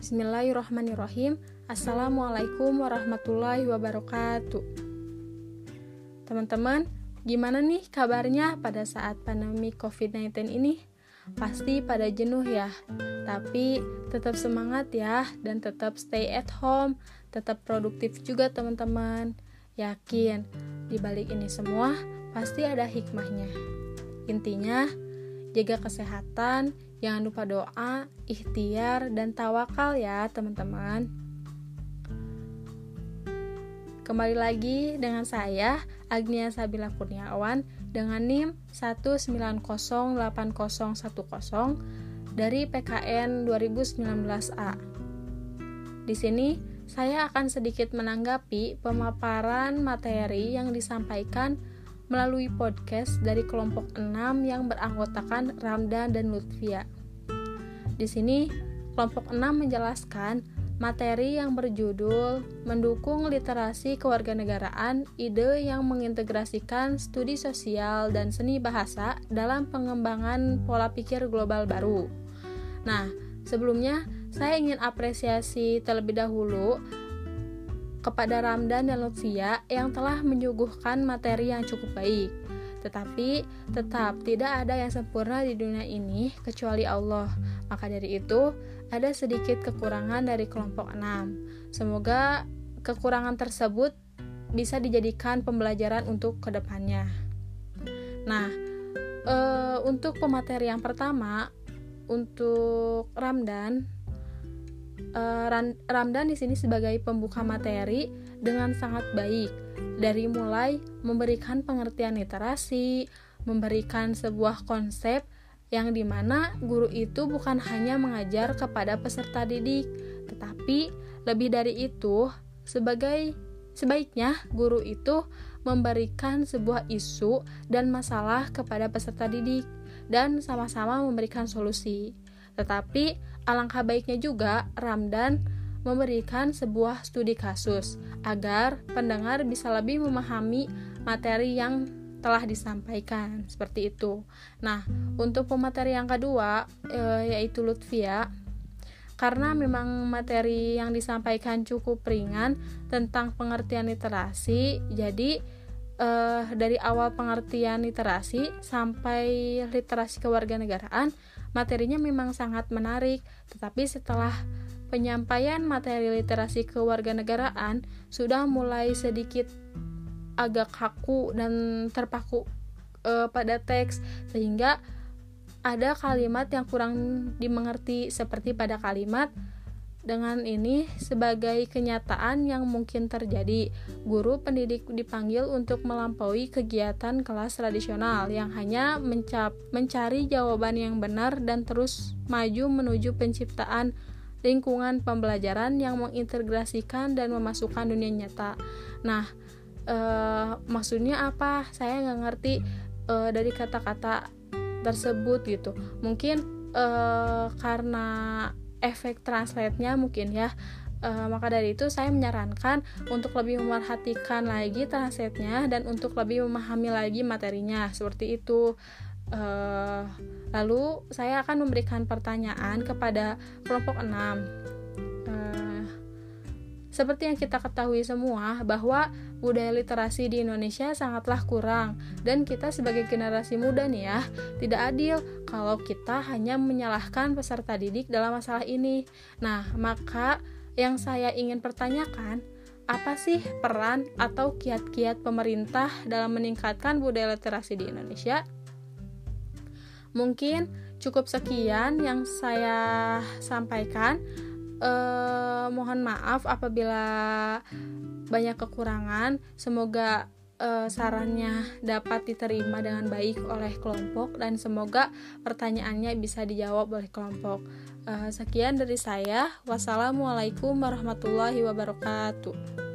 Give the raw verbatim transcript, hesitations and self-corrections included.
Bismillahirrahmanirrahim. Assalamualaikum warahmatullahi wabarakatuh. Teman-teman, gimana nih kabarnya pada saat pandemi covid sembilan belas ini? Pasti pada jenuh ya. Tapi tetap semangat ya, dan tetap stay at home, tetap produktif juga teman-teman. Yakin, di balik ini semua pasti ada hikmahnya. Intinya, jaga kesehatan, jangan lupa doa, ikhtiar, dan tawakal ya teman-teman. Kembali lagi dengan saya, Agnia Sabila Kurniawan, dengan N I M satu sembilan nol delapan nol satu nol dari P K N dua ribu sembilan belas A. Di sini, saya akan sedikit menanggapi pemaparan materi yang disampaikan melalui podcast dari kelompok enam yang beranggotakan Ramdan dan Lutfia. Di sini, kelompok enam menjelaskan materi yang berjudul Mendukung Literasi Kewarganegaraan, ide yang mengintegrasikan studi sosial dan seni bahasa dalam pengembangan pola pikir global baru. Nah, sebelumnya saya ingin apresiasi terlebih dahulu kepada Ramdan dan Lutfia yang telah menyuguhkan materi yang cukup baik. Tetapi tetap tidak ada yang sempurna di dunia ini kecuali Allah. Maka dari itu, ada sedikit kekurangan dari kelompok enam. Semoga kekurangan tersebut bisa dijadikan pembelajaran untuk kedepannya. Nah, e, untuk pemateri yang pertama, untuk Ramdan, Ramdan di sini sebagai pembuka materi dengan sangat baik, dari mulai memberikan pengertian literasi, memberikan sebuah konsep yang dimana guru itu bukan hanya mengajar kepada peserta didik, tetapi lebih dari itu, sebagai sebaiknya guru itu memberikan sebuah isu dan masalah kepada peserta didik dan sama-sama memberikan solusi. Tetapi alangkah baiknya juga Ramdan memberikan sebuah studi kasus agar pendengar bisa lebih memahami materi yang telah disampaikan, seperti itu. Nah, untuk pemateri yang kedua e, yaitu Lutfia, karena memang materi yang disampaikan cukup ringan tentang pengertian literasi, jadi e, dari awal pengertian literasi sampai literasi kewarganegaraan, materinya memang sangat menarik, tetapi setelah penyampaian materi literasi kewarganegaraan sudah mulai sedikit agak kaku dan terpaku e, pada teks, sehingga ada kalimat yang kurang dimengerti, seperti pada kalimat dengan ini sebagai kenyataan yang mungkin terjadi. Guru pendidik dipanggil untuk melampaui kegiatan kelas tradisional yang hanya mencap, mencari jawaban yang benar dan terus maju menuju penciptaan lingkungan pembelajaran yang mengintegrasikan dan memasukkan dunia nyata. Nah, eh, maksudnya apa? Saya nggak ngerti eh, dari kata-kata tersebut gitu. Mungkin eh, karena efek translate-nya mungkin ya. E, maka dari itu saya menyarankan untuk lebih memerhatikan lagi translate-nya dan untuk lebih memahami lagi materinya, seperti itu. E, lalu saya akan memberikan pertanyaan kepada kelompok enam. E, seperti yang kita ketahui semua bahwa budaya literasi di Indonesia sangatlah kurang, dan kita sebagai generasi muda nih ya, tidak adil kalau kita hanya menyalahkan peserta didik dalam masalah ini. Nah, maka yang saya ingin pertanyakan, apa sih peran atau kiat-kiat pemerintah dalam meningkatkan budaya literasi di Indonesia? Mungkin cukup sekian yang saya sampaikan. Eh, mohon maaf apabila banyak kekurangan. Semoga uh, sarannya dapat diterima dengan baik oleh kelompok dan semoga pertanyaannya bisa dijawab oleh kelompok. Uh, sekian dari saya. Wassalamualaikum warahmatullahi wabarakatuh.